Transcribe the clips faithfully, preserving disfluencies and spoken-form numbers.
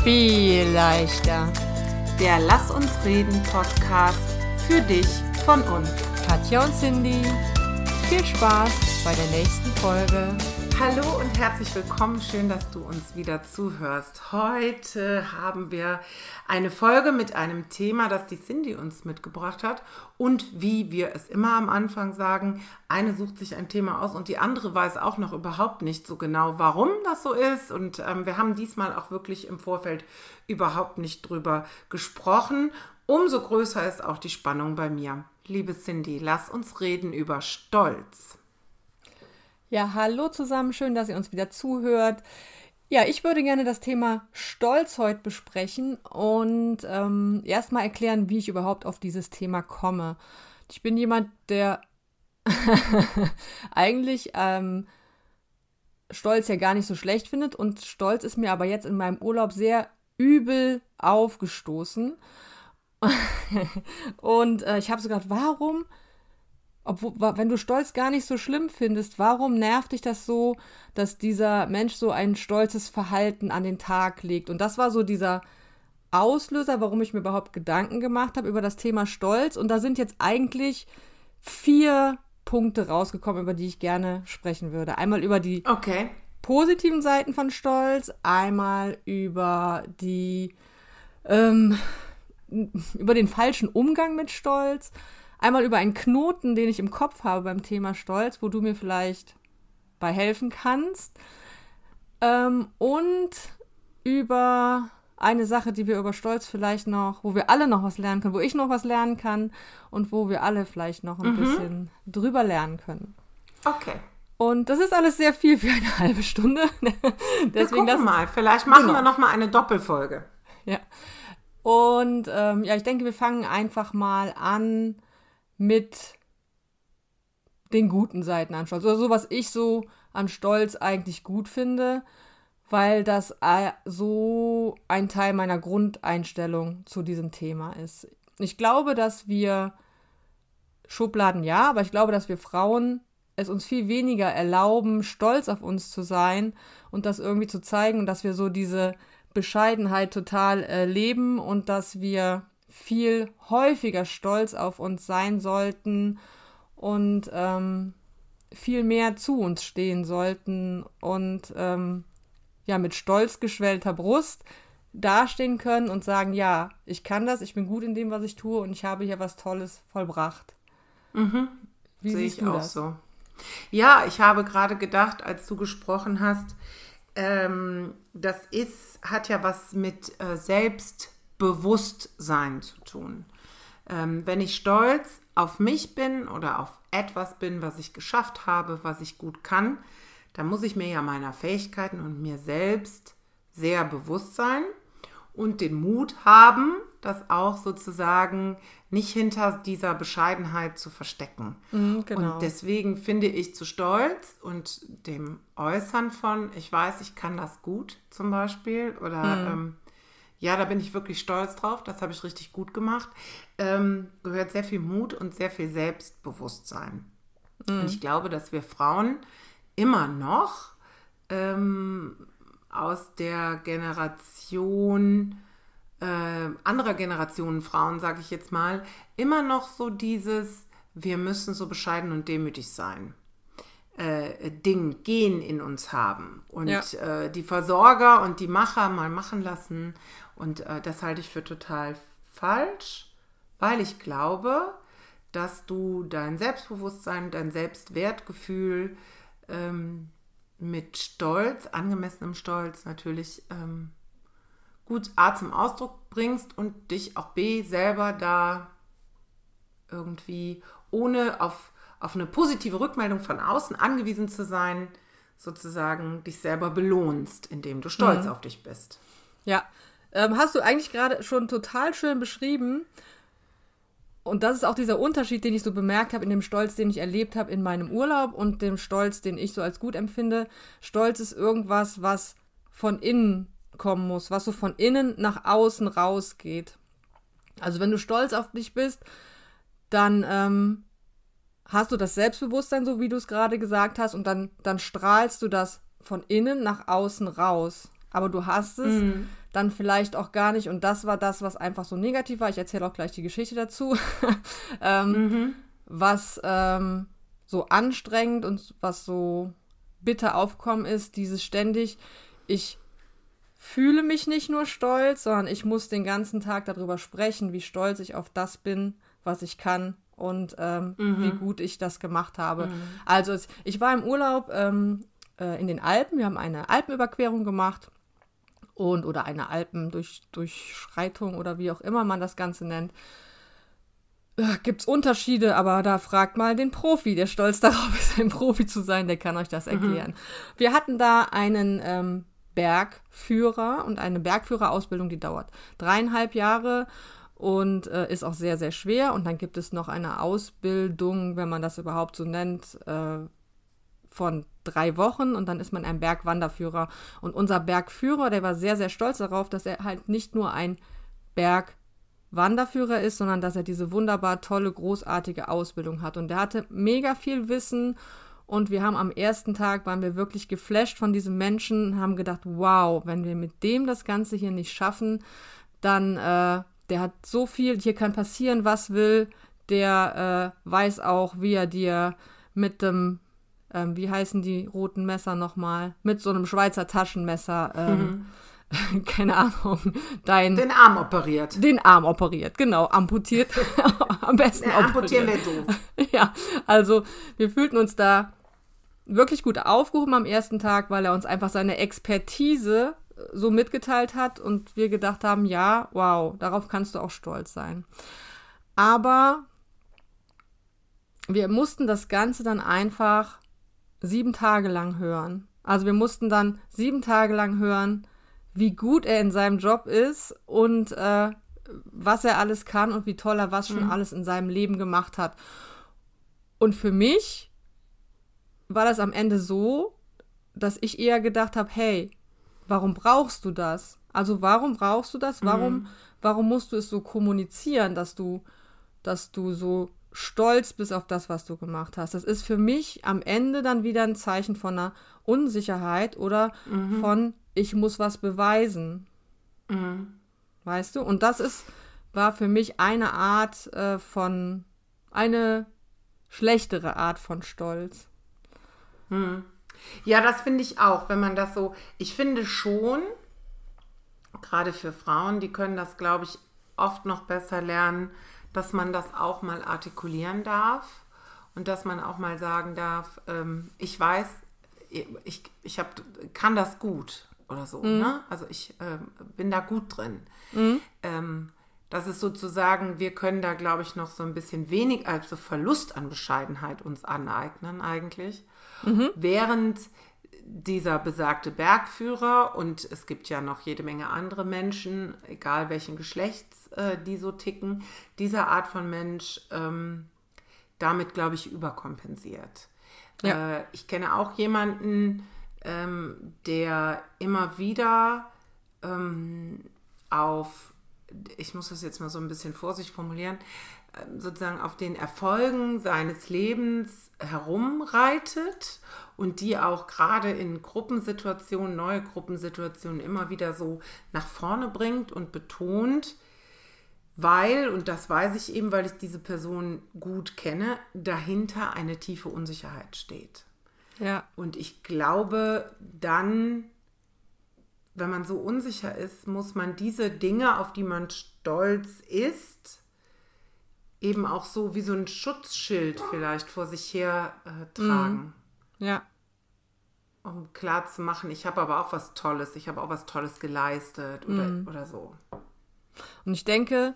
viel leichter. Der Lass uns reden Podcast für dich von uns. Katja und Cindy, viel Spaß bei der nächsten Folge. Hallo und herzlich willkommen, schön, dass du uns wieder zuhörst. Heute haben wir eine Folge mit einem Thema, das die Cindy uns mitgebracht hat. Und wie wir es immer am Anfang sagen, eine sucht sich ein Thema aus und die andere weiß auch noch überhaupt nicht so genau, warum das so ist. Und ähm, wir haben diesmal auch wirklich im Vorfeld überhaupt nicht drüber gesprochen. Umso größer ist auch die Spannung bei mir. Liebe Cindy, lass uns reden über Stolz. Ja, hallo zusammen, schön, dass ihr uns wieder zuhört. Ja, ich würde gerne das Thema Stolz heute besprechen und ähm, erstmal erklären, wie ich überhaupt auf dieses Thema komme. Ich bin jemand, der eigentlich ähm, Stolz ja gar nicht so schlecht findet und Stolz ist mir aber jetzt in meinem Urlaub sehr übel aufgestoßen. und äh, ich habe so gedacht, warum... Obwohl, wenn du Stolz gar nicht so schlimm findest, warum nervt dich das so, dass dieser Mensch so ein stolzes Verhalten an den Tag legt? Und das war so dieser Auslöser, warum ich mir überhaupt Gedanken gemacht habe über das Thema Stolz. Und da sind jetzt eigentlich vier Punkte rausgekommen, über die ich gerne sprechen würde. Einmal über die okay. positiven Seiten von Stolz, einmal über die ähm, über den falschen Umgang mit Stolz. Einmal über einen Knoten, den ich im Kopf habe beim Thema Stolz, wo du mir vielleicht bei helfen kannst. Ähm, und über eine Sache, die wir über Stolz vielleicht noch, wo wir alle noch was lernen können, wo ich noch was lernen kann und wo wir alle vielleicht noch ein mhm. bisschen drüber lernen können. Okay. Und das ist alles sehr viel für eine halbe Stunde. Deswegen wir gucken das, mal, vielleicht machen genau. wir noch mal eine Doppelfolge. Ja. Und ähm, ja, ich denke, wir fangen einfach mal an mit den guten Seiten an Stolz. Oder so, was ich so an Stolz eigentlich gut finde, weil das so ein Teil meiner Grundeinstellung zu diesem Thema ist. Ich glaube, dass wir Schubladen ja, aber ich glaube, dass wir Frauen es uns viel weniger erlauben, stolz auf uns zu sein und das irgendwie zu zeigen und dass wir so diese Bescheidenheit total äh, leben und dass wir viel häufiger stolz auf uns sein sollten und ähm, viel mehr zu uns stehen sollten und ähm, ja mit stolz geschwellter Brust dastehen können und sagen, ja, ich kann das, ich bin gut in dem, was ich tue und ich habe hier was Tolles vollbracht. Mhm. Wie Sehe siehst ich du auch das? So. Ja, ich habe gerade gedacht, als du gesprochen hast, ähm, das ist, hat ja was mit äh, Selbst Bewusstsein zu tun. Ähm, wenn ich stolz auf mich bin oder auf etwas bin, was ich geschafft habe, was ich gut kann, dann muss ich mir ja meiner Fähigkeiten und mir selbst sehr bewusst sein und den Mut haben, das auch sozusagen nicht hinter dieser Bescheidenheit zu verstecken. Mhm, genau. Und deswegen finde ich zu Stolz und dem Äußern von, ich weiß, ich kann das gut zum Beispiel oder mhm. ähm, ja, da bin ich wirklich stolz drauf, das habe ich richtig gut gemacht, ähm, gehört sehr viel Mut und sehr viel Selbstbewusstsein. Mhm. Und ich glaube, dass wir Frauen immer noch ähm, aus der Generation, äh, anderer Generationen Frauen, sage ich jetzt mal, immer noch so dieses, wir müssen so bescheiden und demütig sein. Äh, Ding, Gen in uns haben und ja. äh, die Versorger und die Macher mal machen lassen und äh, das halte ich für total falsch, weil ich glaube, dass du dein Selbstbewusstsein, dein Selbstwertgefühl ähm, mit Stolz, angemessenem Stolz natürlich ähm, gut A zum Ausdruck bringst und dich auch B selber da irgendwie ohne auf auf eine positive Rückmeldung von außen angewiesen zu sein, sozusagen dich selber belohnst, indem du stolz mhm. auf dich bist. Ja, ähm, hast du eigentlich gerade schon total schön beschrieben. Und das ist auch dieser Unterschied, den ich so bemerkt habe in dem Stolz, den ich erlebt habe in meinem Urlaub und dem Stolz, den ich so als gut empfinde. Stolz ist irgendwas, was von innen kommen muss, was so von innen nach außen rausgeht. Also wenn du stolz auf dich bist, dann ähm, hast du das Selbstbewusstsein, so wie du es gerade gesagt hast, und dann, dann strahlst du das von innen nach außen raus. Aber du hast es mm. dann vielleicht auch gar nicht, und das war das, was einfach so negativ war, ich erzähle auch gleich die Geschichte dazu, ähm, mhm. was ähm, so anstrengend und was so bitter aufgekommen ist, dieses ständig, ich fühle mich nicht nur stolz, sondern ich muss den ganzen Tag darüber sprechen, wie stolz ich auf das bin, was ich kann und ähm, mhm. wie gut ich das gemacht habe. Mhm. Also ich war im Urlaub ähm, äh, in den Alpen, wir haben eine Alpenüberquerung gemacht und oder eine Alpendurchschreitung oder wie auch immer man das Ganze nennt. Äh, gibt's Unterschiede, aber da fragt mal den Profi, der stolz darauf ist, ein Profi zu sein, der kann euch das erklären. Mhm. Wir hatten da einen ähm, Bergführer und eine Bergführerausbildung, die dauert dreieinhalb Jahre und äh, ist auch sehr, sehr schwer. Und dann gibt es noch eine Ausbildung, wenn man das überhaupt so nennt, äh, von drei Wochen und dann ist man ein Bergwanderführer. Und unser Bergführer, der war sehr, sehr stolz darauf, dass er halt nicht nur ein Bergwanderführer ist, sondern dass er diese wunderbar tolle, großartige Ausbildung hat. Und der hatte mega viel Wissen. Und wir haben am ersten Tag, waren wir wirklich geflasht von diesem Menschen, haben gedacht, wow, wenn wir mit dem das Ganze hier nicht schaffen, dann, äh, der hat so viel, hier kann passieren, was will, der äh, weiß auch, wie er dir mit dem, ähm, wie heißen die roten Messer nochmal, mit so einem Schweizer Taschenmesser, ähm, mhm. keine Ahnung, dein... Den Arm operiert. Den Arm operiert, genau, amputiert, am besten ja, operiert. Amputieren wäre doof. Ja, also wir fühlten uns da wirklich gut aufgehoben am ersten Tag, weil er uns einfach seine Expertise so mitgeteilt hat und wir gedacht haben, ja, wow, darauf kannst du auch stolz sein. Aber wir mussten das Ganze dann einfach sieben Tage lang hören. Also wir mussten dann sieben Tage lang hören, wie gut er in seinem Job ist und äh, was er alles kann und wie toll er was schon mhm. alles in seinem Leben gemacht hat. Und für mich war das am Ende so, dass ich eher gedacht habe, hey, warum brauchst du das? Also warum brauchst du das? Warum, mhm. warum musst du es so kommunizieren, dass du, dass du so stolz bist auf das, was du gemacht hast? Das ist für mich am Ende dann wieder ein Zeichen von einer Unsicherheit oder mhm. von, ich muss was beweisen. Mhm. Weißt du? Und das ist, war für mich eine Art äh, von, eine schlechtere Art von Stolz. Hm. Ja, das finde ich auch, wenn man das so, ich finde schon, gerade für Frauen, die können das, glaube ich, oft noch besser lernen, dass man das auch mal artikulieren darf und dass man auch mal sagen darf, ähm, ich weiß, ich, ich hab, kann das gut oder so, mhm. ne? Also ich äh, bin da gut drin. Mhm. Ähm, das ist sozusagen, wir können da, glaube ich, noch so ein bisschen wenig, also Verlust an Bescheidenheit uns aneignen eigentlich. Mhm. Während dieser besagte Bergführer, und es gibt ja noch jede Menge andere Menschen, egal welchen Geschlechts äh, die so ticken, diese Art von Mensch ähm, damit, glaube ich, überkompensiert. Ja. Äh, ich kenne auch jemanden, ähm, der immer wieder ähm, auf, ich muss das jetzt mal so ein bisschen vorsichtig formulieren, sozusagen auf den Erfolgen seines Lebens herumreitet und die auch gerade in Gruppensituationen, neue Gruppensituationen immer wieder so nach vorne bringt und betont, weil, und das weiß ich eben, weil ich diese Person gut kenne, dahinter eine tiefe Unsicherheit steht. Ja. Und ich glaube, dann, wenn man so unsicher ist, muss man diese Dinge, auf die man stolz ist, eben auch so wie so ein Schutzschild vielleicht vor sich her äh, tragen. Ja. Um klar zu machen, ich habe aber auch was Tolles, ich habe auch was Tolles geleistet oder, mm. oder so. Und ich denke,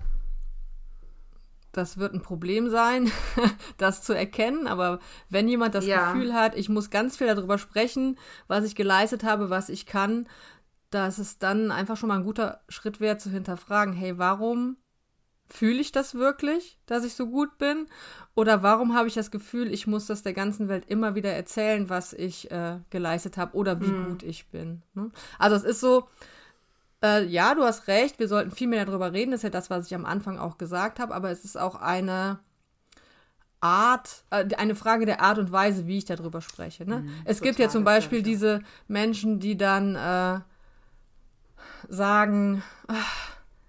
das wird ein Problem sein, das zu erkennen, aber wenn jemand das ja. Gefühl hat, ich muss ganz viel darüber sprechen, was ich geleistet habe, was ich kann, dass es dann einfach schon mal ein guter Schritt wäre, zu hinterfragen, hey, warum fühle ich das wirklich, dass ich so gut bin? Oder warum habe ich das Gefühl, ich muss das der ganzen Welt immer wieder erzählen, was ich äh, geleistet habe oder wie mhm. gut ich bin? Ne? Also es ist so, äh, ja, du hast recht, wir sollten viel mehr darüber reden, das ist ja das, was ich am Anfang auch gesagt habe, aber es ist auch eine Art, äh, eine Frage der Art und Weise, wie ich darüber spreche. Ne? Mhm, es gibt ja zum Beispiel diese Menschen, die dann äh, sagen, ach,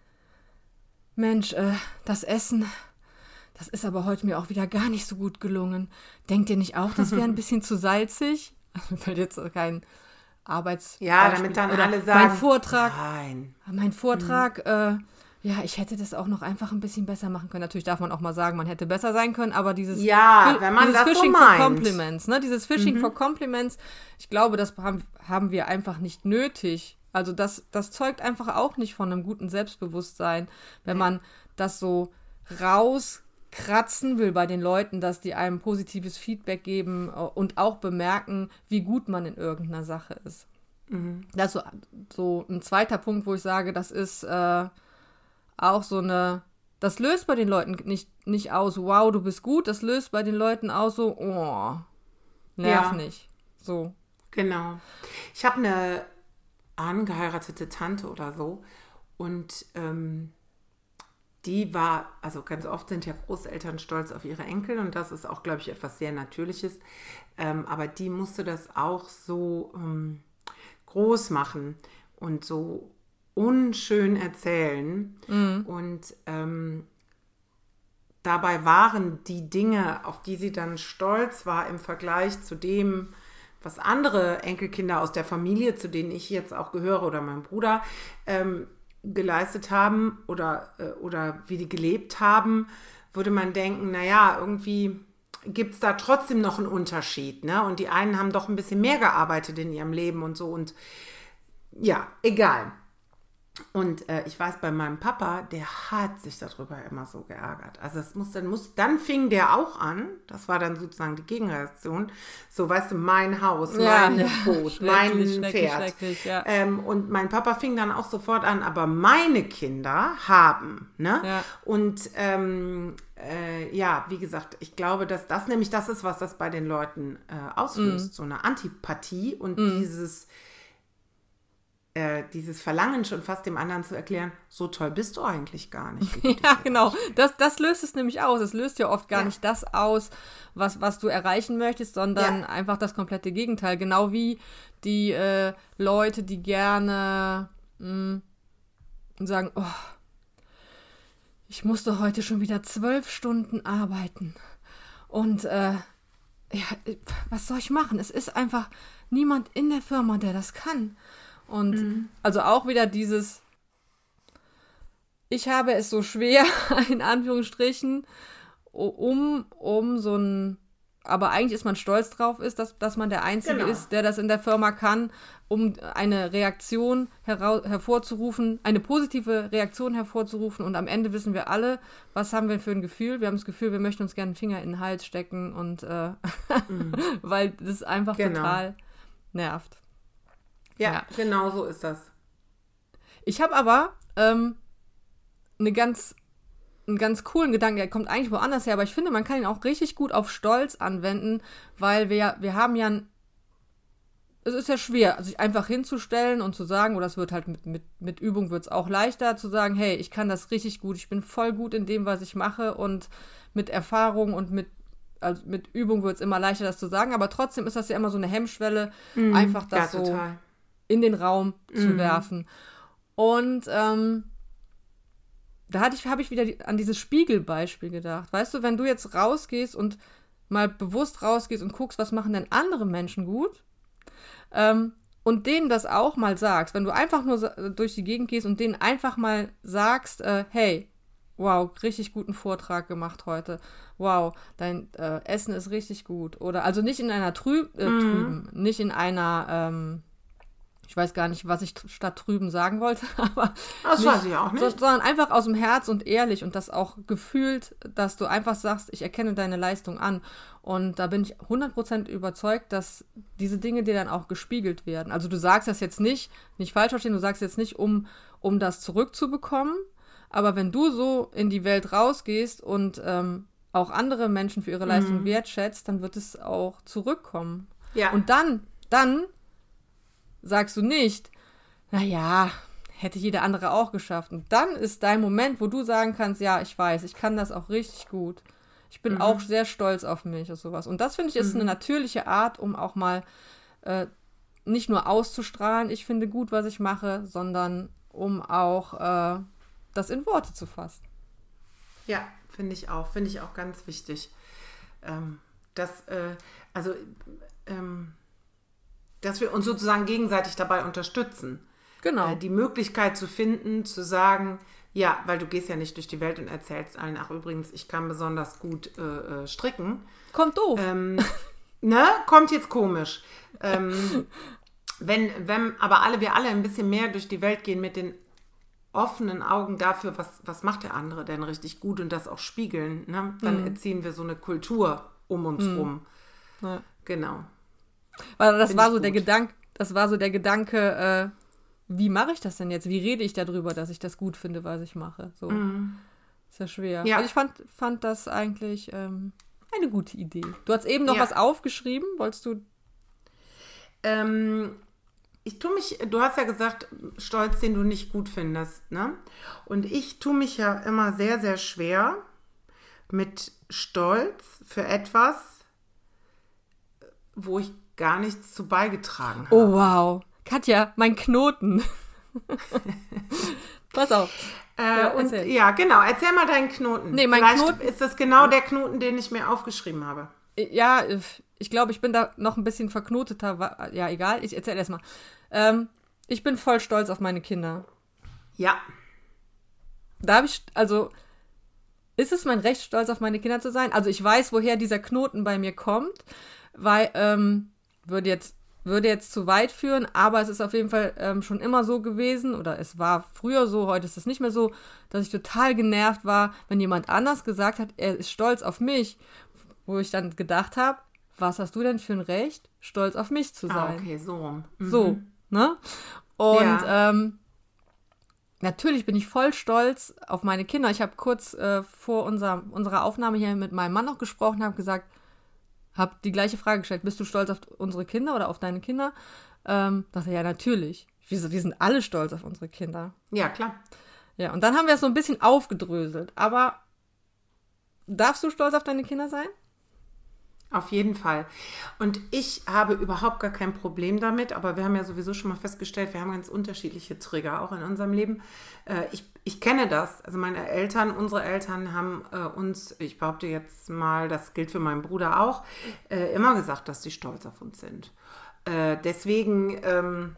Mensch, äh, das Essen, das ist aber heute mir auch wieder gar nicht so gut gelungen. Denkt ihr nicht auch, das wäre ein bisschen zu salzig? Mir fällt jetzt kein Arbeits... Ja, damit dann alle sagen, mein Vortrag, nein. Mein Vortrag, mhm. äh, ja, ich hätte das auch noch einfach ein bisschen besser machen können. Natürlich darf man auch mal sagen, man hätte besser sein können, aber dieses, ja, Fi- wenn man dieses das Fishing so for meint. Compliments, ne, dieses Fishing Mhm. for Compliments, ich glaube, das haben, haben wir einfach nicht nötig. Also das, das zeugt einfach auch nicht von einem guten Selbstbewusstsein, wenn Nee. man das so rauskratzen will bei den Leuten, dass die einem positives Feedback geben und auch bemerken, wie gut man in irgendeiner Sache ist. Mhm. Das ist so, so ein zweiter Punkt, wo ich sage, das ist äh, auch so eine, das löst bei den Leuten nicht, nicht aus, wow, du bist gut, das löst bei den Leuten aus so, oh, nerv Ja. nicht. So. Genau. Ich habe eine angeheiratete Tante oder so und ähm, die war, also ganz oft sind ja Großeltern stolz auf ihre Enkel und das ist auch, glaube ich, etwas sehr Natürliches, ähm, aber die musste das auch so ähm, groß machen und so unschön erzählen Mhm. und ähm, dabei waren die Dinge, auf die sie dann stolz war im Vergleich zu dem, was andere Enkelkinder aus der Familie, zu denen ich jetzt auch gehöre oder mein Bruder, ähm, geleistet haben oder, äh, oder wie die gelebt haben, würde man denken, naja, irgendwie gibt es da trotzdem noch einen Unterschied. Ne? Und die einen haben doch ein bisschen mehr gearbeitet in ihrem Leben und so. Und ja, egal. Und äh, ich weiß, bei meinem Papa, der hat sich darüber immer so geärgert. Also es muss dann, muss, dann fing der auch an, das war dann sozusagen die Gegenreaktion, so, weißt du, mein Haus, Ja, mein ja. Boot, mein Schrecklich, schrecklich, Pferd. schrecklich, ja. Ähm, und mein Papa fing dann auch sofort an, aber meine Kinder haben, ne? Ja. Und ähm, äh, ja, wie gesagt, ich glaube, dass das nämlich das ist, was das bei den Leuten äh, auslöst, so eine Antipathie und dieses dieses Verlangen schon fast dem anderen zu erklären, so toll bist du eigentlich gar nicht. wie du dich Ja, genau. Das, das löst es nämlich aus. Es löst ja oft gar Ja. nicht das aus, was, was du erreichen möchtest, sondern Ja. einfach das komplette Gegenteil. Genau wie die äh, Leute, die gerne mh, sagen, oh, ich musste heute schon wieder zwölf Stunden arbeiten. Und äh, ja, was soll ich machen? Es ist einfach niemand in der Firma, der das kann. Und Mhm. also auch wieder dieses, ich habe es so schwer, in Anführungsstrichen, um, um so ein, aber eigentlich ist man stolz drauf, ist, dass, dass man der Einzige Genau. ist, der das in der Firma kann, um eine Reaktion herau- hervorzurufen, eine positive Reaktion hervorzurufen. Und am Ende wissen wir alle, was haben wir für ein Gefühl? Wir haben das Gefühl, wir möchten uns gerne einen Finger in den Hals stecken und äh, Mhm. weil das einfach Genau. total nervt. Ja, Ja. genau so ist das. Ich habe aber ähm, eine ganz, einen ganz coolen Gedanken, der kommt eigentlich woanders her, aber ich finde, man kann ihn auch richtig gut auf Stolz anwenden, weil wir, wir haben ja, ein, es ist ja schwer, sich einfach hinzustellen und zu sagen, oder es wird halt mit, mit, mit Übung wird es auch leichter, zu sagen, hey, ich kann das richtig gut, ich bin voll gut in dem, was ich mache und mit Erfahrung und mit, also mit Übung wird es immer leichter, das zu sagen, aber trotzdem ist das ja immer so eine Hemmschwelle, einfach das ja, so total. in den Raum zu Mhm. werfen. Und ähm, da hatte ich, habe ich wieder die, an dieses Spiegelbeispiel gedacht. Weißt du, wenn du jetzt rausgehst und mal bewusst rausgehst und guckst, was machen denn andere Menschen gut, ähm, und denen das auch mal sagst, wenn du einfach nur sa- durch die Gegend gehst und denen einfach mal sagst, äh, hey, wow, richtig guten Vortrag gemacht heute. Wow, dein äh, Essen ist richtig gut. Oder also nicht in einer trüb, äh, Mhm. trüben, nicht in einer ähm, ich weiß gar nicht, was ich t- statt trüben sagen wollte, aber Das weiß ich auch nicht. so, sondern einfach aus dem Herz und ehrlich und das auch gefühlt, dass du einfach sagst, ich erkenne deine Leistung an. Und da bin ich hundert Prozent überzeugt, dass diese Dinge dir dann auch gespiegelt werden. Also du sagst das jetzt nicht, nicht falsch verstehen, du sagst jetzt nicht, um, um das zurückzubekommen, aber wenn du so in die Welt rausgehst und ähm, auch andere Menschen für ihre Leistung wertschätzt, dann wird es auch zurückkommen. Ja. Und dann, dann sagst du nicht, naja, hätte jeder andere auch geschafft. Und dann ist dein Moment, wo du sagen kannst, ja, ich weiß, ich kann das auch richtig gut. Ich bin auch sehr stolz auf mich und sowas. Und das, finde ich, ist eine natürliche Art, um auch mal äh, nicht nur auszustrahlen, ich finde gut, was ich mache, sondern um auch äh, das in Worte zu fassen. Ja, finde ich auch. Finde ich auch ganz wichtig. Ähm, dass, äh, also, ähm, dass wir uns sozusagen gegenseitig dabei unterstützen. Genau. Äh, die Möglichkeit zu finden, zu sagen, ja, weil du gehst ja nicht durch die Welt und erzählst allen, ach übrigens, ich kann besonders gut äh, äh, stricken. Kommt doof. Ähm, ne? Kommt jetzt komisch. Ähm, wenn, wenn aber alle, wir alle ein bisschen mehr durch die Welt gehen mit den offenen Augen dafür, was, was macht der andere denn richtig gut und das auch spiegeln, ne? Dann mhm. erziehen wir so eine Kultur um uns mhm. rum. Ja. Genau. Weil das war so der Gedanke, das war so der Gedanke, äh, wie mache ich das denn jetzt? Wie rede ich darüber, dass ich das gut finde, was ich mache? So. Mhm. Ist ja schwer. Ja. Also ich fand, fand das eigentlich ähm, eine gute Idee. Du hast eben noch ja. was aufgeschrieben, wolltest du? Ähm, ich tue mich, du hast ja gesagt, Stolz, den du nicht gut findest, ne? Und ich tue mich ja immer sehr, sehr schwer mit Stolz für etwas, wo ich gar nichts zu beigetragen habe. Oh, wow. Katja, mein Knoten. Pass auf. Äh, ja, und, ja, genau. Erzähl mal deinen Knoten. Nee, mein Vielleicht Knoten ist das genau der Knoten, den ich mir aufgeschrieben habe. Ja, ich glaube, ich bin da noch ein bisschen verknoteter. Ja, egal. Ich erzähle erst mal. Ähm, ich bin voll stolz auf meine Kinder. Ja. Darf ich, also, ist es mein Recht, stolz auf meine Kinder zu sein? Also, ich weiß, woher dieser Knoten bei mir kommt, weil, ähm, würde jetzt würde jetzt zu weit führen, aber es ist auf jeden Fall ähm, schon immer so gewesen, oder es war früher so, heute ist es nicht mehr so, dass ich total genervt war, wenn jemand anders gesagt hat, er ist stolz auf mich, wo ich dann gedacht habe, was hast du denn für ein Recht, stolz auf mich zu sein? Ah, okay, so rum. Mhm. So, ne? Und ja. ähm, natürlich bin ich voll stolz auf meine Kinder. Ich habe kurz äh, vor unserer, unserer Aufnahme hier mit meinem Mann noch gesprochen, habe gesagt, habe die gleiche Frage gestellt, bist du stolz auf unsere Kinder oder auf deine Kinder? Ähm, dachte ja, natürlich. Wir, wir sind alle stolz auf unsere Kinder. Ja, klar. Ja, und dann haben wir es so ein bisschen aufgedröselt. Aber darfst du stolz auf deine Kinder sein? Auf jeden Fall. Und ich habe überhaupt gar kein Problem damit, aber wir haben ja sowieso schon mal festgestellt, wir haben ganz unterschiedliche Trigger auch in unserem Leben. Äh, ich, ich kenne das. Also meine Eltern, unsere Eltern haben äh, uns, ich behaupte jetzt mal, das gilt für meinen Bruder auch, äh, immer gesagt, dass sie stolz auf uns sind. Äh, deswegen ähm,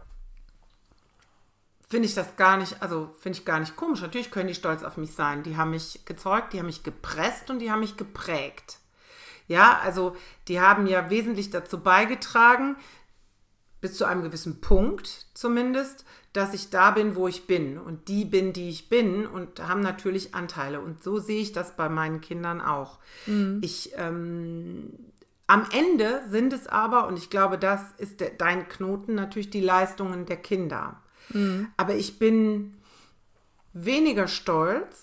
finde ich das gar nicht, also finde ich gar nicht komisch. Natürlich können die stolz auf mich sein. Die haben mich gezeugt, die haben mich gepresst und die haben mich geprägt. Ja, also die haben ja wesentlich dazu beigetragen, bis zu einem gewissen Punkt zumindest, dass ich da bin, wo ich bin und die bin, die ich bin und haben natürlich Anteile. Und so sehe ich das bei meinen Kindern auch. Mhm. Ich, ähm, am Ende sind es aber, und ich glaube, das ist de- dein Knoten, natürlich die Leistungen der Kinder. Mhm. Aber ich bin weniger stolz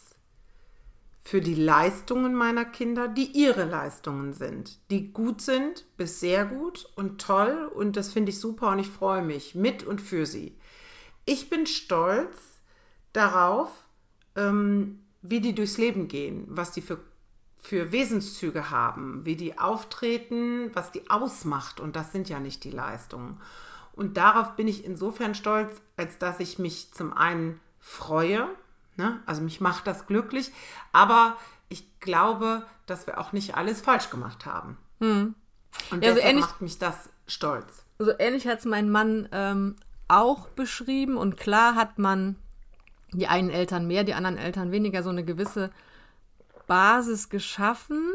für die Leistungen meiner Kinder, die ihre Leistungen sind, die gut sind, bis sehr gut und toll und das finde ich super und ich freue mich mit und für sie. Ich bin stolz darauf, ähm, wie die durchs Leben gehen, was die für, für Wesenszüge haben, wie die auftreten, was die ausmacht und das sind ja nicht die Leistungen. Und darauf bin ich insofern stolz, als dass ich mich zum einen freue, ne? Also mich macht das glücklich, aber ich glaube, dass wir auch nicht alles falsch gemacht haben. Hm. Und ja, deshalb so ähnlich, macht mich das stolz. So ähnlich hat es mein Mann ähm, auch beschrieben und klar hat man die einen Eltern mehr, die anderen Eltern weniger, so eine gewisse Basis geschaffen.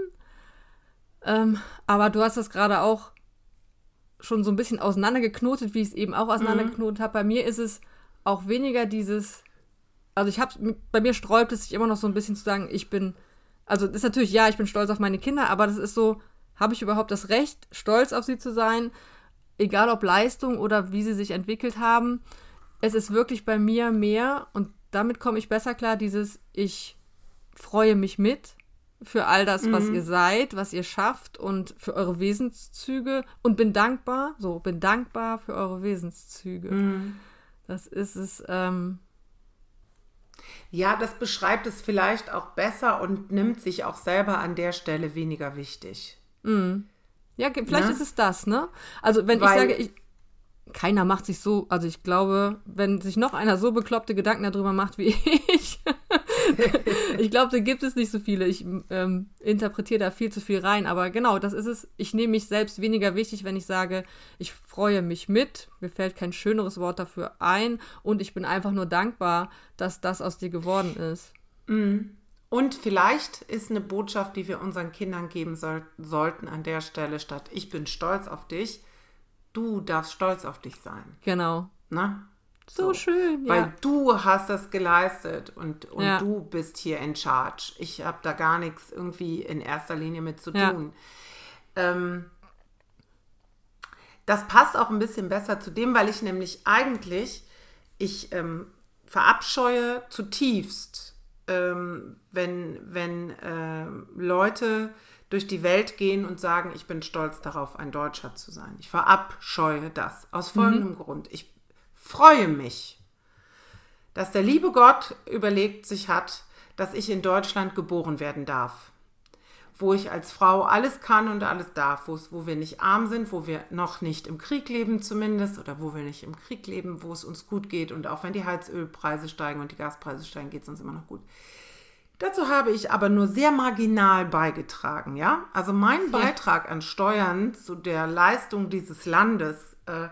Ähm, aber du hast das gerade auch schon so ein bisschen auseinandergeknotet, wie ich es eben auch auseinandergeknotet mhm. habe. Bei mir ist es auch weniger dieses, also ich habe, bei mir sträubt es sich immer noch so ein bisschen zu sagen, ich bin, also das ist natürlich, ja, ich bin stolz auf meine Kinder, aber das ist so, habe ich überhaupt das Recht, stolz auf sie zu sein, egal ob Leistung oder wie sie sich entwickelt haben. Es ist wirklich bei mir mehr, und damit komme ich besser klar, dieses, ich freue mich mit für all das, mhm. was ihr seid, was ihr schafft und für eure Wesenszüge und bin dankbar, so, bin dankbar für eure Wesenszüge. Mhm. Das ist es, ähm, ja, das beschreibt es vielleicht auch besser und nimmt sich auch selber an der Stelle weniger wichtig. Mhm. Ja, vielleicht ne? ist es das, ne? Also wenn Weil, ich sage, ich, keiner macht sich so, also ich glaube, wenn sich noch einer so bekloppte Gedanken darüber macht wie ich, ich glaube, da gibt es nicht so viele. Ich ähm, interpretiere da viel zu viel rein, aber genau, das ist es. Ich nehme mich selbst weniger wichtig, wenn ich sage, ich freue mich mit, mir fällt kein schöneres Wort dafür ein und ich bin einfach nur dankbar, dass das aus dir geworden ist. Mhm. Und vielleicht ist eine Botschaft, die wir unseren Kindern geben soll, sollten an der Stelle, statt ich bin stolz auf dich, du darfst stolz auf dich sein. Genau. Na? So, so schön, Weil ja. du hast das geleistet und, und ja. du bist hier in charge. Ich habe da gar nichts irgendwie in erster Linie mit zu ja. tun. Ähm, das passt auch ein bisschen besser zu dem, weil ich nämlich eigentlich, ich ähm, verabscheue zutiefst, ähm, wenn, wenn äh, Leute durch die Welt gehen und sagen, ich bin stolz darauf, ein Deutscher zu sein. Ich verabscheue das. Aus folgendem mhm. Grund. Ich freue mich, dass der liebe Gott überlegt sich hat, dass ich in Deutschland geboren werden darf. Wo ich als Frau alles kann und alles darf. Wo wir nicht arm sind, wo wir noch nicht im Krieg leben zumindest. Oder wo wir nicht im Krieg leben, wo es uns gut geht. Und auch wenn die Heizölpreise steigen und die Gaspreise steigen, geht es uns immer noch gut. Dazu habe ich aber nur sehr marginal beigetragen, ja. Also mein Beitrag an Steuern zu der Leistung dieses Landes, äh,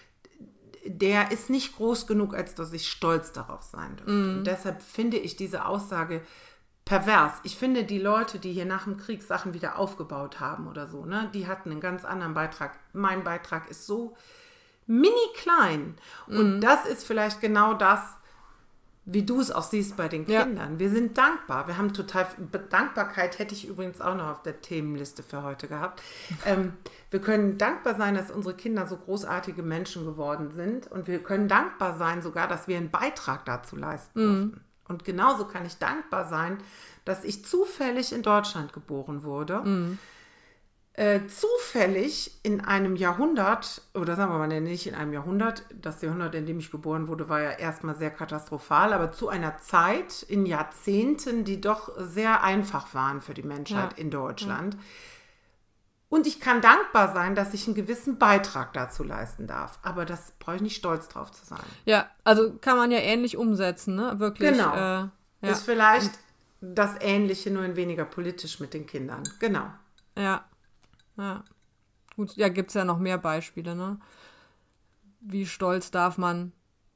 der ist nicht groß genug, als dass ich stolz darauf sein dürfte. Mm. Und deshalb finde ich diese Aussage pervers. Ich finde, die Leute, die hier nach dem Krieg Sachen wieder aufgebaut haben oder so, ne, die hatten einen ganz anderen Beitrag. Mein Beitrag ist so mini klein. Und mm. das ist vielleicht genau das, wie du es auch siehst bei den Kindern. Ja. Wir sind dankbar. Wir haben total, Dankbarkeit hätte ich übrigens auch noch auf der Themenliste für heute gehabt. Ähm, wir können dankbar sein, dass unsere Kinder so großartige Menschen geworden sind. Und wir können dankbar sein sogar, dass wir einen Beitrag dazu leisten mhm. durften. Und genauso kann ich dankbar sein, dass ich zufällig in Deutschland geboren wurde. Mhm. Äh, zufällig in einem Jahrhundert, oder sagen wir mal nicht in einem Jahrhundert, das Jahrhundert, in dem ich geboren wurde, war ja erstmal sehr katastrophal, aber zu einer Zeit, in Jahrzehnten, die doch sehr einfach waren für die Menschheit ja. in Deutschland. Ja. Und ich kann dankbar sein, dass ich einen gewissen Beitrag dazu leisten darf. Aber das brauche ich nicht stolz drauf zu sein. Ja, also kann man ja ähnlich umsetzen, ne? Wirklich. Genau. Äh, ja. Ist vielleicht das Ähnliche, nur in weniger politisch mit den Kindern. Genau. Ja. Ja, gut, ja, gibt es ja noch mehr Beispiele, ne? Wie stolz darf man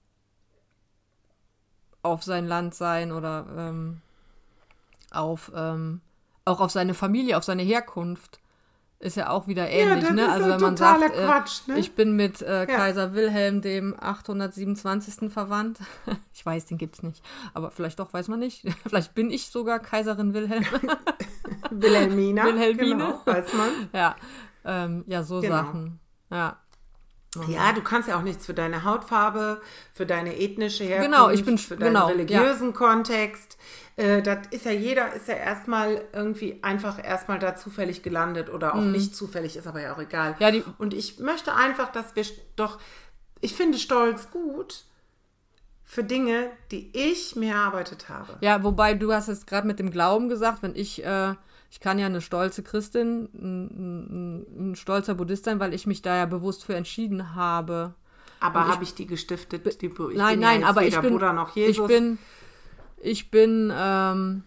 auf sein Land sein oder ähm, auf, ähm, auch auf seine Familie, auf seine Herkunft. Ist ja auch wieder ähnlich, ja, ne? Also wenn man sagt, äh, Quatsch, ne? Ich bin mit äh, Kaiser ja. Wilhelm dem achthundertsiebenundzwanzigsten verwandt. Ich weiß, den gibt's nicht. Aber vielleicht doch, weiß man nicht. Vielleicht bin ich sogar Kaiserin Wilhelm. Wilhelmina. Wilhelmine. Genau, weiß man. Ja, ähm, ja so genau. Sachen. Ja. Ja, du kannst ja auch nichts für deine Hautfarbe, für deine ethnische Herkunft, genau, ich bin, für deinen genau, religiösen ja. Kontext. Äh, das ist ja jeder, ist ja erstmal irgendwie einfach erstmal da zufällig gelandet oder auch mm. nicht zufällig, ist aber ja auch egal. Ja, die, Und ich möchte einfach, dass wir doch, ich finde Stolz gut für Dinge, die ich mir erarbeitet habe. Ja, wobei du hast es gerade mit dem Glauben gesagt, wenn ich... Äh, Ich kann ja eine stolze Christin, ein, ein, ein stolzer Buddhist sein, weil ich mich da ja bewusst für entschieden habe. Aber habe ich die gestiftet? Die, ich nein, bin nein, ja aber ich bin, Buddha noch Jesus. ich bin, ich bin ähm,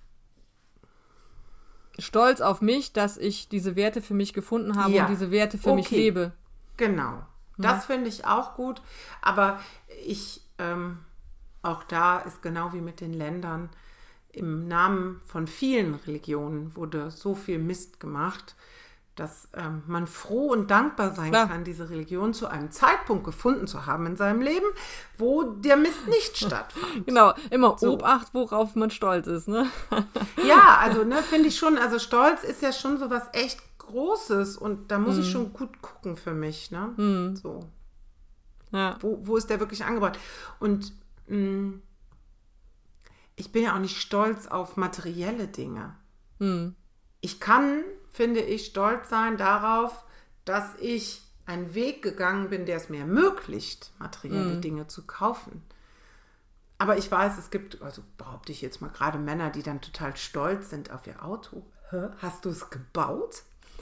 stolz auf mich, dass ich diese Werte für mich gefunden habe ja. und diese Werte für okay. mich lebe. Genau, das ja. finde ich auch gut. Aber ich, ähm, auch da ist genau wie mit den Ländern, im Namen von vielen Religionen wurde so viel Mist gemacht, dass ähm, man froh und dankbar sein Klar. kann, diese Religion zu einem Zeitpunkt gefunden zu haben in seinem Leben, wo der Mist nicht stattfand. Genau, immer so. Obacht, worauf man stolz ist, ne? Ja, also ne, finde ich schon, also Stolz ist ja schon so was echt Großes und da muss hm. ich schon gut gucken für mich, ne? Hm. So. Ja. Wo, wo ist der wirklich angebracht? Und mh, ich bin ja auch nicht stolz auf materielle Dinge. Hm. Ich kann, finde ich, stolz sein darauf, dass ich einen Weg gegangen bin, der es mir ermöglicht, materielle hm. Dinge zu kaufen. Aber ich weiß, es gibt, also behaupte ich jetzt mal, gerade Männer, die dann total stolz sind auf ihr Auto. Hä? Hast du es gebaut?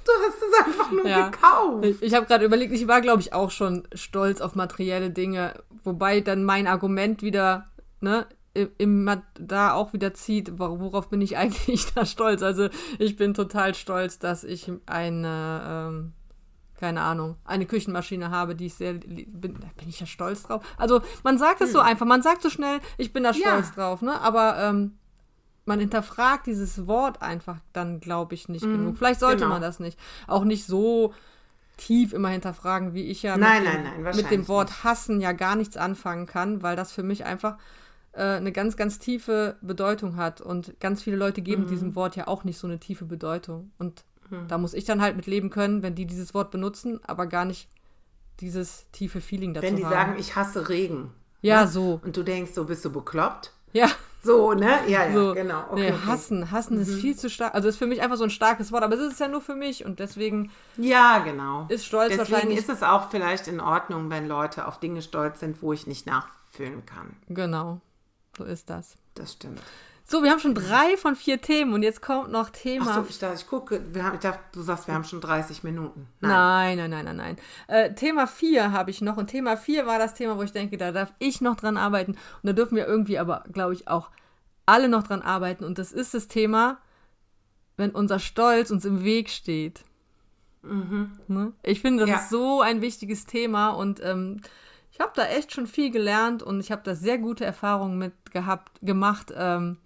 Du hast es einfach nur ja. gekauft. Ich, ich habe gerade überlegt, ich war, glaube ich, auch schon stolz auf materielle Dinge, wobei dann mein Argument wieder, ne, im, im, da auch wieder zieht, worauf bin ich eigentlich da stolz? Also ich bin total stolz, dass ich eine, ähm, keine Ahnung, eine Küchenmaschine habe, die ich sehr, bin, bin ich ja stolz drauf. Also man sagt es hm. so einfach, man sagt so schnell, ich bin da stolz ja. drauf, ne, aber ähm, man hinterfragt dieses Wort einfach dann, glaube ich, nicht mm, genug. Vielleicht sollte genau. man das nicht. Auch nicht so tief immer hinterfragen, wie ich ja nein, mit, dem, nein, nein, mit dem Wort nicht. hassen ja gar nichts anfangen kann, weil das für mich einfach äh, eine ganz, ganz tiefe Bedeutung hat. Und ganz viele Leute geben mm. diesem Wort ja auch nicht so eine tiefe Bedeutung. Und mm. da muss ich dann halt mit leben können, wenn die dieses Wort benutzen, aber gar nicht dieses tiefe Feeling dazu haben. Wenn die haben. sagen, ich hasse Regen. Ja, ne? so. Und du denkst, so bist du bekloppt? Ja. So, ne? Ja, ja, so, genau. Okay, nee, okay. Hassen, hassen mhm. ist viel zu stark. Also ist für mich einfach so ein starkes Wort, aber es ist ja nur für mich und deswegen ja, genau. ist Stolz deswegen wahrscheinlich... ist es auch vielleicht in Ordnung, wenn Leute auf Dinge stolz sind, wo ich nicht nachfühlen kann. Genau, so ist das. Das stimmt. So, wir haben schon drei von vier Themen und jetzt kommt noch Thema... Ach so, ich dachte, ich gucke, wir haben, ich dachte, du sagst, wir haben schon dreißig Minuten. Nein, nein, nein, nein, nein. nein. Äh, Thema vier habe ich noch und Thema vier war das Thema, wo ich denke, da darf ich noch dran arbeiten und da dürfen wir irgendwie aber, glaube ich, auch alle noch dran arbeiten und das ist das Thema, wenn unser Stolz uns im Weg steht. Mhm. Ne? Ich finde, das ja. ist so ein wichtiges Thema und ähm, ich habe da echt schon viel gelernt und ich habe da sehr gute Erfahrungen mit gehabt, gemacht, ähm,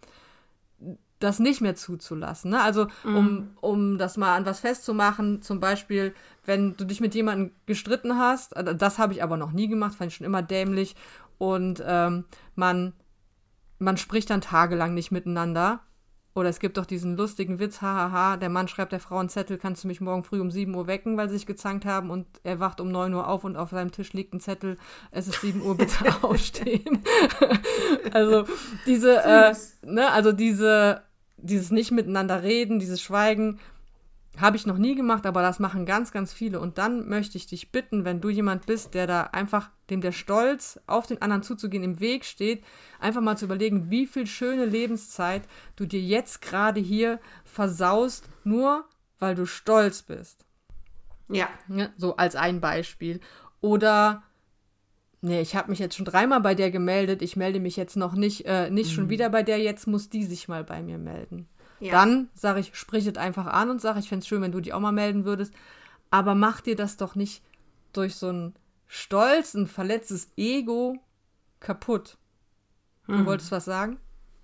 das nicht mehr zuzulassen. Ne? Also mhm. um, um das mal an was festzumachen, zum Beispiel, wenn du dich mit jemandem gestritten hast, das habe ich aber noch nie gemacht, fand ich schon immer dämlich und ähm, man man spricht dann tagelang nicht miteinander. Oder es gibt doch diesen lustigen Witz, hahaha, der Mann schreibt der Frau einen Zettel, kannst du mich morgen früh um sieben Uhr wecken, weil sie sich gezankt haben und er wacht um neun Uhr auf und auf seinem Tisch liegt ein Zettel, es ist sieben Uhr, bitte aufstehen. Also diese, äh, ne, also diese, dieses nicht miteinander reden, dieses Schweigen, habe ich noch nie gemacht, aber das machen ganz, ganz viele. Und dann möchte ich dich bitten, wenn du jemand bist, der da einfach, dem der Stolz, auf den anderen zuzugehen, im Weg steht, einfach mal zu überlegen, wie viel schöne Lebenszeit du dir jetzt gerade hier versaust, nur weil du stolz bist. Ja. Ja, so als ein Beispiel. Oder, nee, ich habe mich jetzt schon dreimal bei der gemeldet, ich melde mich jetzt noch nicht, äh, nicht mhm. schon wieder bei der, jetzt muss die sich mal bei mir melden. Ja. Dann sage ich, sprich es einfach an und sage, ich fände es schön, wenn du dich auch mal melden würdest. Aber mach dir das doch nicht durch so einen Stolz, ein verletztes Ego kaputt. Du hm. wolltest was sagen?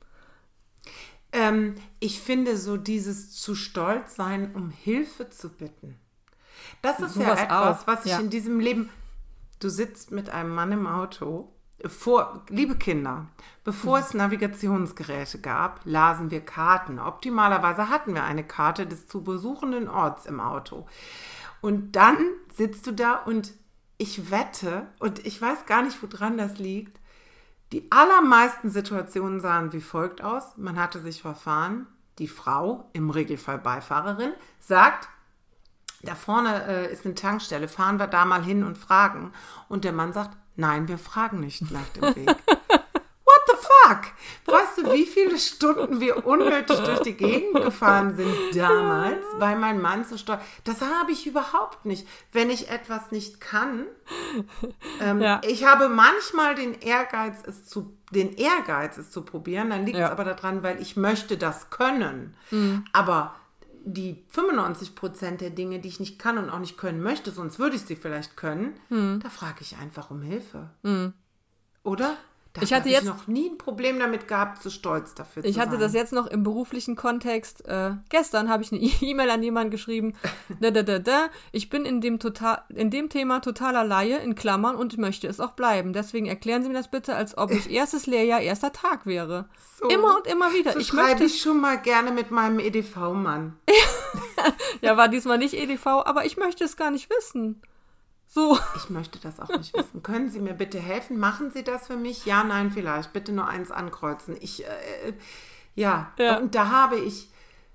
Ähm, ich finde so dieses zu stolz sein, um Hilfe zu bitten. Das ist so ja etwas, auch. was ich ja. in diesem Leben... Du sitzt mit einem Mann im Auto... Vor, liebe Kinder, bevor mhm. es Navigationsgeräte gab, lasen wir Karten. Optimalerweise hatten wir eine Karte des zu besuchenden Orts im Auto. Und dann sitzt du da und ich wette, und ich weiß gar nicht, woran das liegt, die allermeisten Situationen sahen wie folgt aus. Man hatte sich verfahren. Die Frau, im Regelfall Beifahrerin, sagt, da vorne äh, ist eine Tankstelle, fahren wir da mal hin und fragen. Und der Mann sagt, nein, wir fragen nicht nach dem Weg. What the fuck? Weißt du, wie viele Stunden wir unnötig durch die Gegend gefahren sind damals, weil mein Mann so stolz... Das habe ich überhaupt nicht. Wenn ich etwas nicht kann, ähm, ja. ich habe manchmal den Ehrgeiz, es zu, den Ehrgeiz, es zu probieren, dann liegt es ja. aber daran, weil ich möchte das können. Mhm. Aber die fünfundneunzig Prozent der Dinge, die ich nicht kann und auch nicht können möchte, sonst würde ich sie vielleicht können, hm. da frage ich einfach um Hilfe. Hm. Oder? Da ich hatte habe jetzt ich noch nie ein Problem damit gehabt, so stolz dafür zu sein. Ich hatte das jetzt noch im beruflichen Kontext. Äh, gestern habe ich eine E-Mail an jemanden geschrieben. da, da, da, da. Ich bin in dem, total, in dem Thema totaler Laie, in Klammern, und möchte es auch bleiben. Deswegen erklären Sie mir das bitte, als ob ich erstes Lehrjahr, erster Tag wäre. So. Immer und immer wieder. So ich schreibe möchte ich schon mal gerne mit meinem E D V-Mann. Ja, war diesmal nicht E D V, aber ich möchte es gar nicht wissen. So. Ich möchte das auch nicht wissen. Können Sie mir bitte helfen? Machen Sie das für mich? Ja, nein, vielleicht. Bitte nur eins ankreuzen. Ich, äh, ja. ja. Und da habe ich,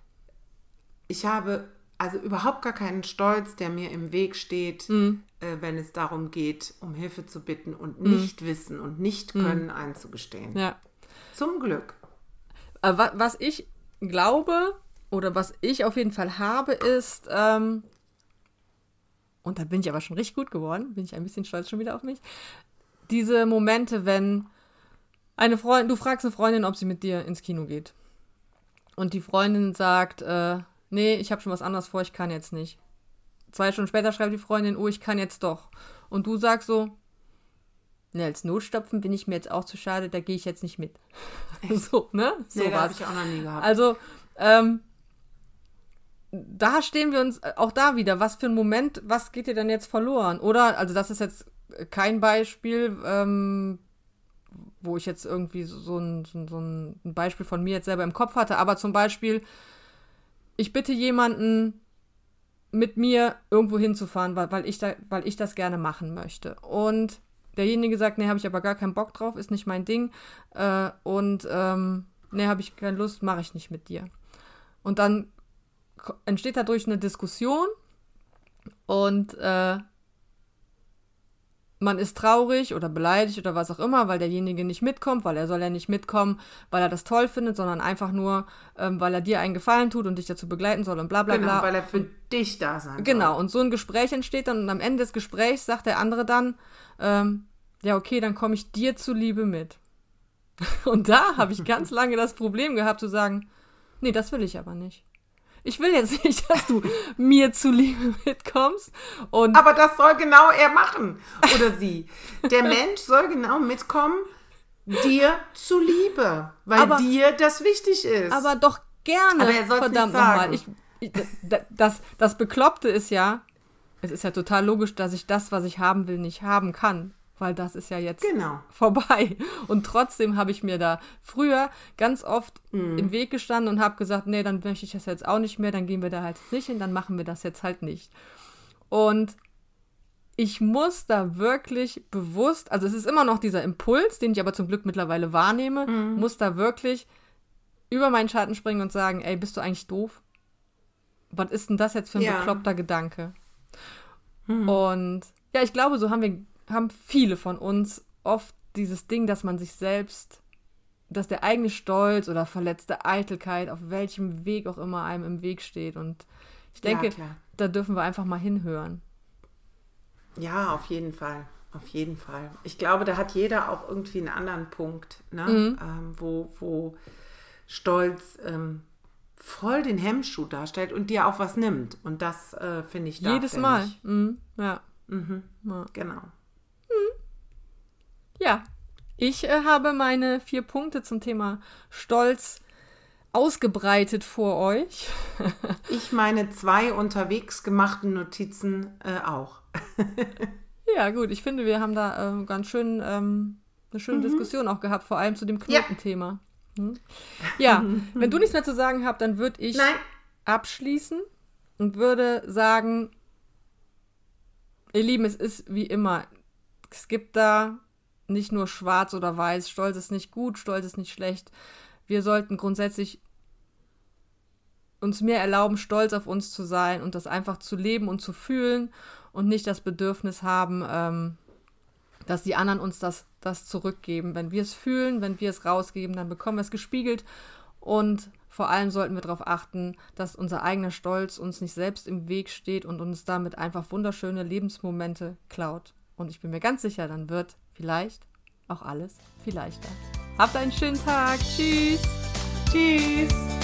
ich habe also überhaupt gar keinen Stolz, der mir im Weg steht, mhm. äh, wenn es darum geht, um Hilfe zu bitten und mhm. nicht wissen und nicht können mhm. einzugestehen. Ja. Zum Glück. Was ich glaube, oder was ich auf jeden Fall habe, ist, ähm, und da bin ich aber schon richtig gut geworden, bin ich ein bisschen stolz schon wieder auf mich, diese Momente, wenn eine Freundin, du fragst eine Freundin, ob sie mit dir ins Kino geht. Und die Freundin sagt, äh, nee, ich habe schon was anderes vor, ich kann jetzt nicht. Zwei Stunden später schreibt die Freundin, oh, ich kann jetzt doch. Und du sagst so, ne, als Notstopfen bin ich mir jetzt auch zu schade, da gehe ich jetzt nicht mit. So, ne? So nee, das habe war's. ich auch noch nie gehabt. Also, ähm, da stehen wir uns auch da wieder, was für ein Moment, was geht dir denn jetzt verloren? Oder, also das ist jetzt kein Beispiel, ähm, wo ich jetzt irgendwie so ein, so ein Beispiel von mir jetzt selber im Kopf hatte, aber zum Beispiel, ich bitte jemanden, mit mir irgendwo hinzufahren, weil, weil, ich da, weil ich das gerne machen möchte. Und derjenige sagt, nee, habe ich aber gar keinen Bock drauf, ist nicht mein Ding. Äh, und ähm, nee, habe ich keine Lust, mache ich nicht mit dir. Und dann entsteht dadurch eine Diskussion und äh, man ist traurig oder beleidigt oder was auch immer, weil derjenige nicht mitkommt, weil er soll ja nicht mitkommen, weil er das toll findet, sondern einfach nur, ähm, weil er dir einen Gefallen tut und dich dazu begleiten soll und bla bla bla. Genau, weil er für dich da sein soll. Genau, und so ein Gespräch entsteht dann und am Ende des Gesprächs sagt der andere dann, ähm, ja okay, dann komme ich dir zuliebe mit. Und da habe ich ganz lange das Problem gehabt zu sagen, nee, das will ich aber nicht. Ich will jetzt nicht, dass du mir zuliebe mitkommst. Und aber das soll genau er machen. Oder sie. Der Mensch soll genau mitkommen, dir zuliebe. Weil aber, dir das wichtig ist. Aber doch gerne. Aber er soll's verdammt nochmal. Ich, ich, das, das Bekloppte ist ja, es ist ja total logisch, dass ich das, was ich haben will, nicht haben kann. Weil das ist ja jetzt genau. vorbei. Und trotzdem habe ich mir da früher ganz oft mm. im Weg gestanden und habe gesagt, nee, dann möchte ich das jetzt auch nicht mehr, dann gehen wir da halt nicht hin, dann machen wir das jetzt halt nicht. Und ich muss da wirklich bewusst, also es ist immer noch dieser Impuls, den ich aber zum Glück mittlerweile wahrnehme, mm. muss da wirklich über meinen Schatten springen und sagen, ey, bist du eigentlich doof? Was ist denn das jetzt für ein ja. bekloppter Gedanke? Mm. Und ja, ich glaube, so haben wir haben viele von uns oft dieses Ding, dass man sich selbst, dass der eigene Stolz oder verletzte Eitelkeit auf welchem Weg auch immer einem im Weg steht. Und ich denke, ja, da dürfen wir einfach mal hinhören. Ja, auf jeden Fall. Auf jeden Fall. Ich glaube, da hat jeder auch irgendwie einen anderen Punkt, ne? Mhm. ähm, wo, wo Stolz ähm, voll den Hemmschuh darstellt und dir auch was nimmt. Und das äh, finde ich jedes Mal. Mhm. Ja. Mhm. ja. Genau. Ja, ich äh, habe meine vier Punkte zum Thema Stolz ausgebreitet vor euch. Ich meine zwei unterwegs gemachten Notizen äh, auch. Ja, gut, ich finde, wir haben da ähm, ganz schön ähm, eine schöne mhm. Diskussion auch gehabt, vor allem zu dem Knotenthema. Ja, hm? ja wenn du nichts mehr zu sagen hast, dann würde ich Nein. abschließen und würde sagen, ihr Lieben, es ist wie immer, es gibt da nicht nur schwarz oder weiß, Stolz ist nicht gut, Stolz ist nicht schlecht. Wir sollten grundsätzlich uns mehr erlauben, stolz auf uns zu sein und das einfach zu leben und zu fühlen und nicht das Bedürfnis haben, ähm, dass die anderen uns das, das zurückgeben. Wenn wir es fühlen, wenn wir es rausgeben, dann bekommen wir es gespiegelt und vor allem sollten wir darauf achten, dass unser eigener Stolz uns nicht selbst im Weg steht und uns damit einfach wunderschöne Lebensmomente klaut. Und ich bin mir ganz sicher, dann wird vielleicht auch alles viel leichter. Habt einen schönen Tag. Tschüss. Tschüss.